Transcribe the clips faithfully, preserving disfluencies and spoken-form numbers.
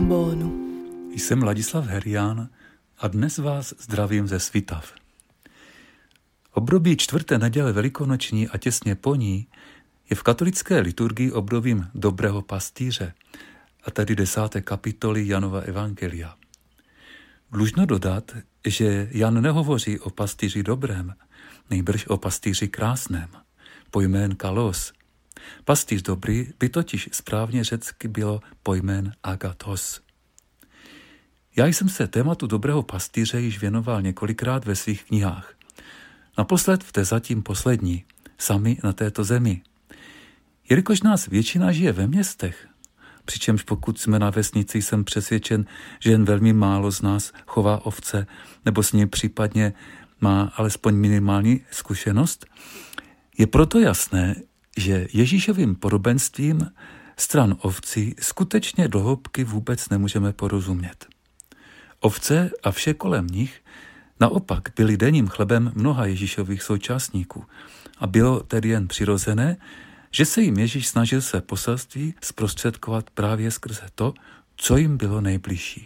trombónu. Jsem Ladislav Herián a dnes vás zdravím ze Svitav. Období čtvrté neděle velikonoční a těsně po ní je v katolické liturgii obdobím dobrého pastýře, a tedy desáté kapitoly Janova evangelia. Dlužno dodat, že Jan nehovoří o pastýři dobrém, nejbrž o pastýři krásném, pojmén kalos. Pastýř dobrý by totiž správně řecky bylo pojmén agathos. Já jsem se tématu dobrého pastýře již věnoval několikrát ve svých knihách. Naposled v té zatím poslední, Sami na této zemi. Jelikož nás většina žije ve městech, přičemž pokud jsme na vesnici, jsem přesvědčen, že jen velmi málo z nás chová ovce, nebo s ním případně má alespoň minimální zkušenost, je proto jasné, že Ježíšovým podobenstvím stran ovcí skutečně do hloubky vůbec nemůžeme porozumět. Ovce a vše kolem nich naopak byly denním chlebem mnoha Ježíšových současníků a bylo tedy jen přirozené, že se jim Ježíš snažil své poselství zprostředkovat právě skrze to, co jim bylo nejbližší.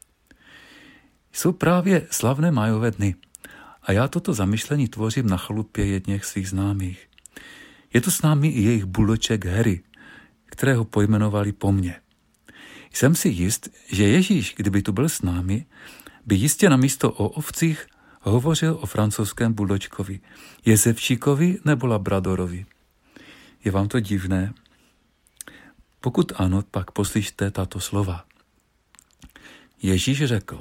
Jsou právě slavné májové dny a já toto zamyšlení tvořím na chalupě jedněch svých známých. Je to s námi i jejich buldoček Harry, kterého pojmenovali po mně. Jsem si jist, že Ježíš, kdyby tu byl s námi, by jistě namísto o ovcích hovořil o francouzském buldočkovi, jezevčíkovi nebo labradorovi. Je vám to divné? Pokud ano, pak poslyšte tato slova. Ježíš řekl: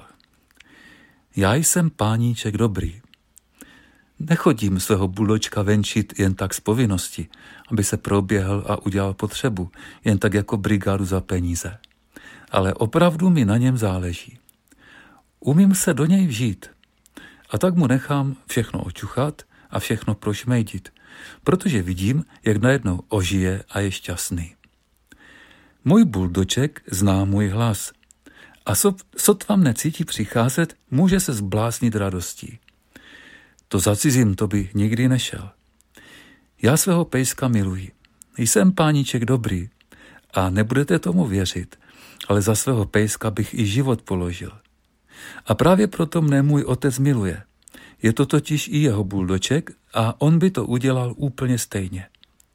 Já jsem páníček dobrý. Nechodím svého buldočka venčit jen tak z povinnosti, aby se proběhl a udělal potřebu, jen tak jako brigádu za peníze. Ale opravdu mi na něm záleží. Umím se do něj vžít a tak mu nechám všechno očuchat a všechno prošmejdit, protože vidím, jak najednou ožije a je šťastný. Můj buldoček zná můj hlas a sotva mne cítí přicházet, může se zbláznit radostí. To za cizím to by nikdy nešel. Já svého pejska miluji. Jsem páníček dobrý a nebudete tomu věřit, ale za svého pejska bych i život položil. A právě proto mne můj otec miluje. Je to totiž i jeho buldoček a on by to udělal úplně stejně.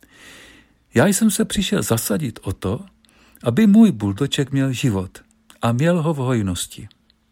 Já jsem se přišel zasadit o to, aby můj buldoček měl život a měl ho v hojnosti.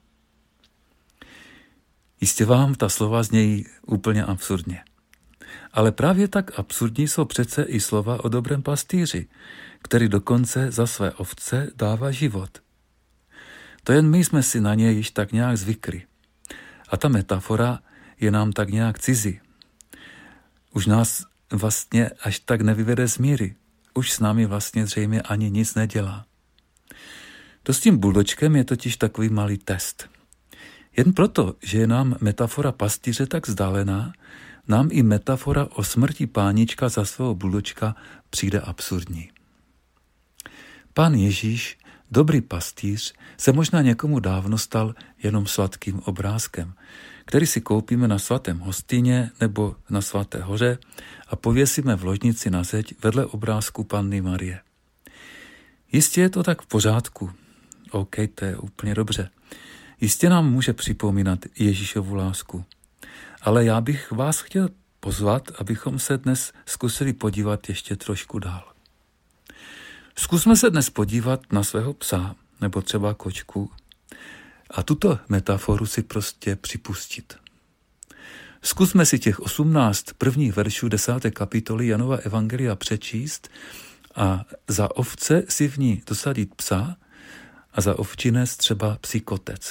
Jistě vám ta slova znějí úplně absurdně. Ale právě tak absurdní jsou přece i slova o dobrém pastýři, který dokonce za své ovce dává život. To jen my jsme si na ně již tak nějak zvykli. A ta metafora je nám tak nějak cizí. Už nás vlastně až tak nevyvede z míry. Už s námi vlastně zřejmě ani nic nedělá. To s tím buldočkem je totiž takový malý test. Jen proto, že je nám metafora pastýře tak vzdálená, nám i metafora o smrti pánička za svého buldočka přijde absurdní. Pán Ježíš, dobrý pastýř, se možná někomu dávno stal jenom sladkým obrázkem, který si koupíme na svatém hostině nebo na svaté hoře a pověsíme v ložnici na zeď vedle obrázku Panny Marie. Jistě je to tak v pořádku. OK, to je úplně dobře. Jistě nám může připomínat Ježíšovu lásku. Ale já bych vás chtěl pozvat, abychom se dnes zkusili podívat ještě trošku dál. Zkusme se dnes podívat na svého psa, nebo třeba kočku, a tuto metaforu si prostě připustit. Zkusme si těch osmnáct prvních veršů desáté kapitoly Janova evangelia přečíst a za ovce si v ní dosadit psa a za ovčinec třeba psí kotec.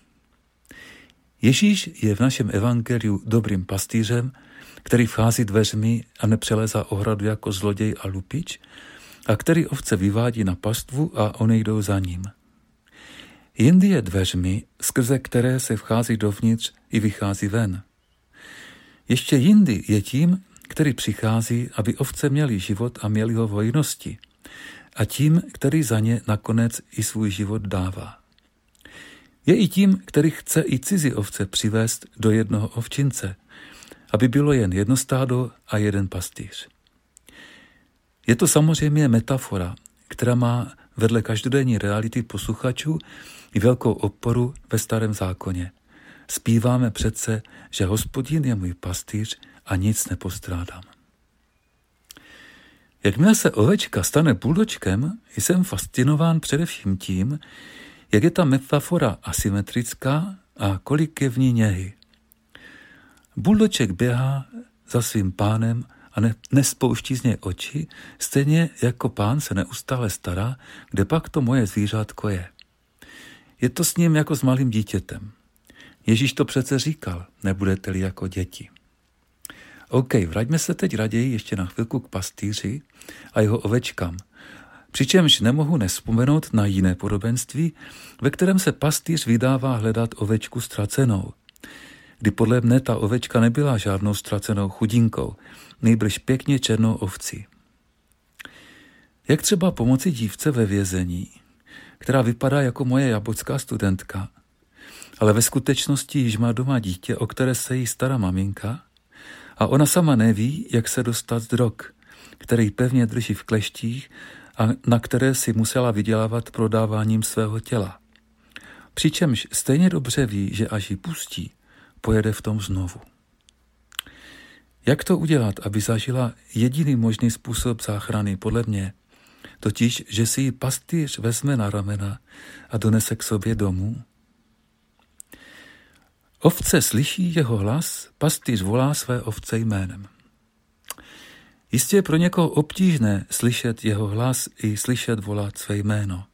Ježíš je v našem evangeliu dobrým pastýřem, který vchází dveřmi a nepřelézá ohradu jako zloděj a lupič, a který ovce vyvádí na pastvu a oni jdou za ním. Jindy je dveřmi, skrze které se vchází dovnitř i vychází ven. Ještě jindy je tím, který přichází, aby ovce měly život a měly ho v hojnosti, a tím, který za ně nakonec i svůj život dává. Je i tím, který chce i cizí ovce přivést do jednoho ovčince, aby bylo jen jedno stádo a jeden pastýř. Je to samozřejmě metafora, která má vedle každodenní reality posluchačů i velkou oporu ve Starém zákoně. Zpíváme přece, že Hospodin je můj pastýř a nic nepostrádám. Jakmile se ovečka stane buldočkem, jsem fascinován především tím, jak je ta metafora asymetrická a kolik je v ní něhy. Buldoček běhá za svým pánem a ne, nespouští z něj oči, stejně jako pán se neustále stará, kde pak to moje zvířátko je. Je to s ním jako s malým dítětem. Ježíš to přece říkal, nebudete-li jako děti. OK, vraťme se teď raději ještě na chvilku k pastýři a jeho ovečkám. Přičemž nemohu nevzpomenout na jiné podobenství, ve kterém se pastýř vydává hledat ovečku ztracenou. Kdy podle mne ta ovečka nebyla žádnou ztracenou chudinkou, nejbrž pěkně černou ovcí. Jak třeba pomoci dívce ve vězení, která vypadá jako moje jablocká studentka, ale ve skutečnosti již má doma dítě, o které se jí stará maminka, a ona sama neví, jak se dostat z drog, který pevně drží v kleštích a na které si musela vydělávat prodáváním svého těla. Přičemž stejně dobře ví, že až ji pustí, pojede v tom znovu. Jak to udělat, aby zažila jediný možný způsob záchrany podle mě, totiž, že si ji pastýř vezme na ramena a donese k sobě domů? Ovce slyší jeho hlas, pastýř volá své ovce jménem. Jistě je pro někoho obtížné slyšet jeho hlas i slyšet volat své jméno.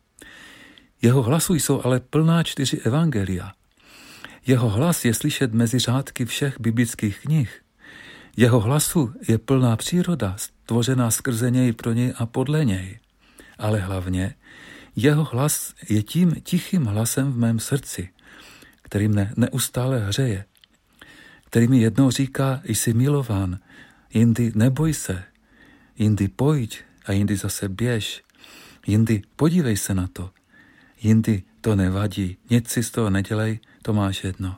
Jeho hlasu jsou ale plná čtyři evangelia. Jeho hlas je slyšet mezi řádky všech biblických knih. Jeho hlasu je plná příroda, stvořená skrze něj, pro něj a podle něj. Ale hlavně, jeho hlas je tím tichým hlasem v mém srdci, který mne neustále hřeje, který mi jednou říká, jsi milován, jindy neboj se, jindy pojď a jindy zase běž, jindy podívej se na to, jindy to nevadí, nic si z toho nedělej, to máš jedno.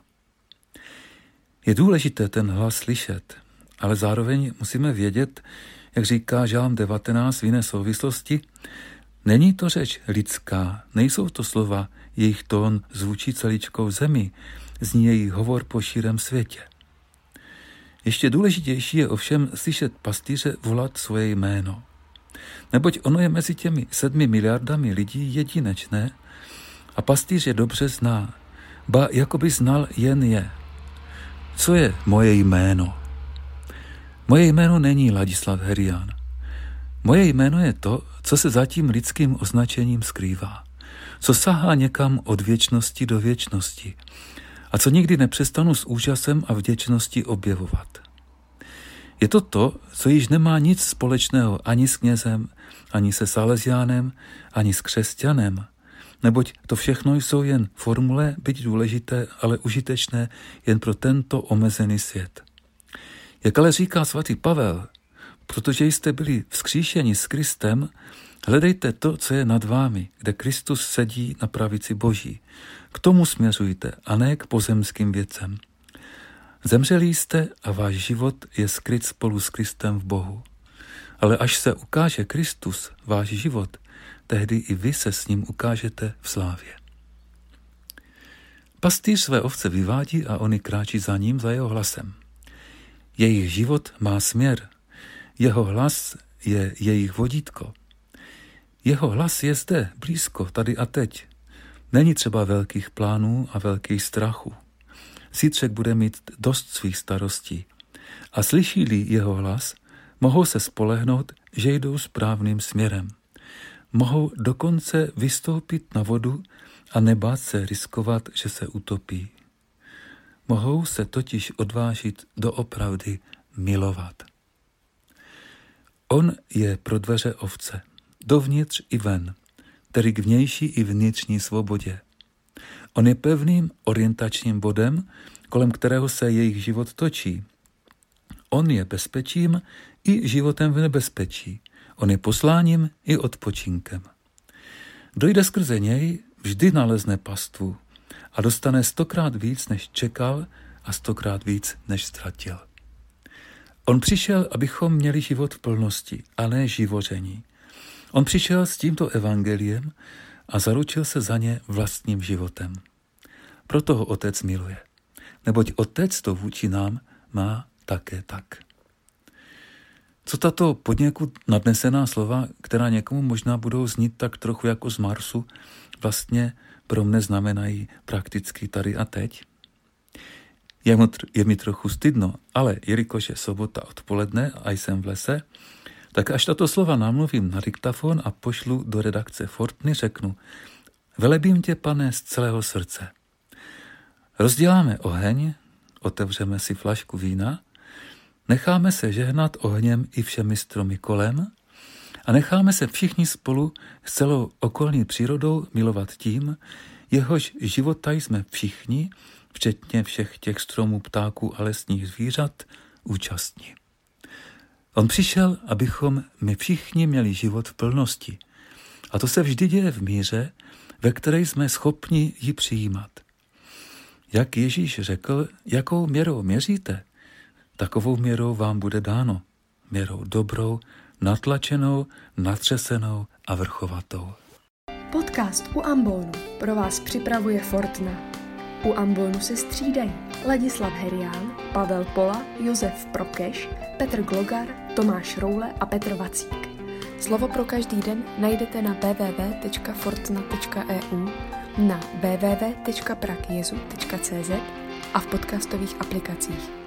Je důležité ten hlas slyšet, ale zároveň musíme vědět, jak říká Žálm devatenáct v jiné souvislosti, není to řeč lidská, nejsou to slova, jejich tón zvučí celičkou zemi, zní jejich hovor po širém světě. Ještě důležitější je ovšem slyšet pastýře volat svoje jméno. Neboť ono je mezi těmi sedmi miliardami lidí jedinečné a pastýř je dobře zná, ba jakoby znal jen je. Co je moje jméno? Moje jméno není Ladislav Herián. Moje jméno je to, co se za tím lidským označením skrývá, co sahá někam od věčnosti do věčnosti a co nikdy nepřestanu s úžasem a vděčností objevovat. Je to to, co již nemá nic společného ani s knězem, ani se Salesiánem, ani s křesťanem, neboť to všechno jsou jen formule, byť důležité, ale užitečné jen pro tento omezený svět. Jak ale říká svatý Pavel, protože jste byli vzkříšeni s Kristem, hledejte to, co je nad vámi, kde Kristus sedí na pravici Boží. K tomu směřujte a ne k pozemským věcem. Zemřeli jste a váš život je skryt spolu s Kristem v Bohu. Ale až se ukáže Kristus, váš život, tehdy i vy se s ním ukážete v slávě. Pastýř své ovce vyvádí a oni kráčí za ním, za jeho hlasem. Jejich život má směr. Jeho hlas je jejich vodítko. Jeho hlas je zde, blízko, tady a teď. Není třeba velkých plánů a velkých strachů. Zítřek bude mít dost svých starostí. A slyší-li jeho hlas, mohou se spolehnout, že jdou správným směrem. Mohou dokonce vystoupit na vodu a nebát se riskovat, že se utopí. Mohou se totiž odvážit doopravdy milovat. On je pro dveře ovce, dovnitř i ven, tedy k vnější i vnitřní svobodě. On je pevným orientačním bodem, kolem kterého se jejich život točí. On je bezpečím i životem v nebezpečí. On je posláním i odpočinkem. Dojde skrze něj, vždy nalezne pastvu a dostane stokrát víc, než čekal a stokrát víc, než ztratil. On přišel, abychom měli život v plnosti a ne živoření. On přišel s tímto evangeliem a zaručil se za ně vlastním životem. Proto ho Otec miluje, neboť Otec to vůči nám má také tak. Co tato poněkud nadnesená slova, která někomu možná budou znít tak trochu jako z Marsu, vlastně pro mne znamenají prakticky tady a teď? Je, mu, je mi trochu stydno, ale jelikož je sobota odpoledne a jsem v lese, tak až tato slova namluvím na diktafon a pošlu do redakce Fortny, řeknu: Velebím tě, Pane, z celého srdce. Rozděláme oheň, otevřeme si flašku vína, necháme se žehnat ohněm i všemi stromy kolem a necháme se všichni spolu s celou okolní přírodou milovat tím, jehož života jsme všichni, včetně všech těch stromů, ptáků a lesních zvířat, účastní. On přišel, abychom my všichni měli život v plnosti. A to se vždy děje v míře, ve které jsme schopni ji přijímat. Jak Ježíš řekl, jakou měrou měříte, takovou měrou vám bude dáno. Měrou dobrou, natlačenou, natřesenou a vrchovatou. Podcast u ambonu pro vás připravuje Fortna. U ambonu se střídají Ladislav Herián, Pavel Pola, Josef Prokeš, Petr Glogar, Tomáš Roule a Petr Vacík. Slovo pro každý den najdete na w w w tečka fortna tečka e u, na w w w tečka pragjezu tečka c z a v podcastových aplikacích.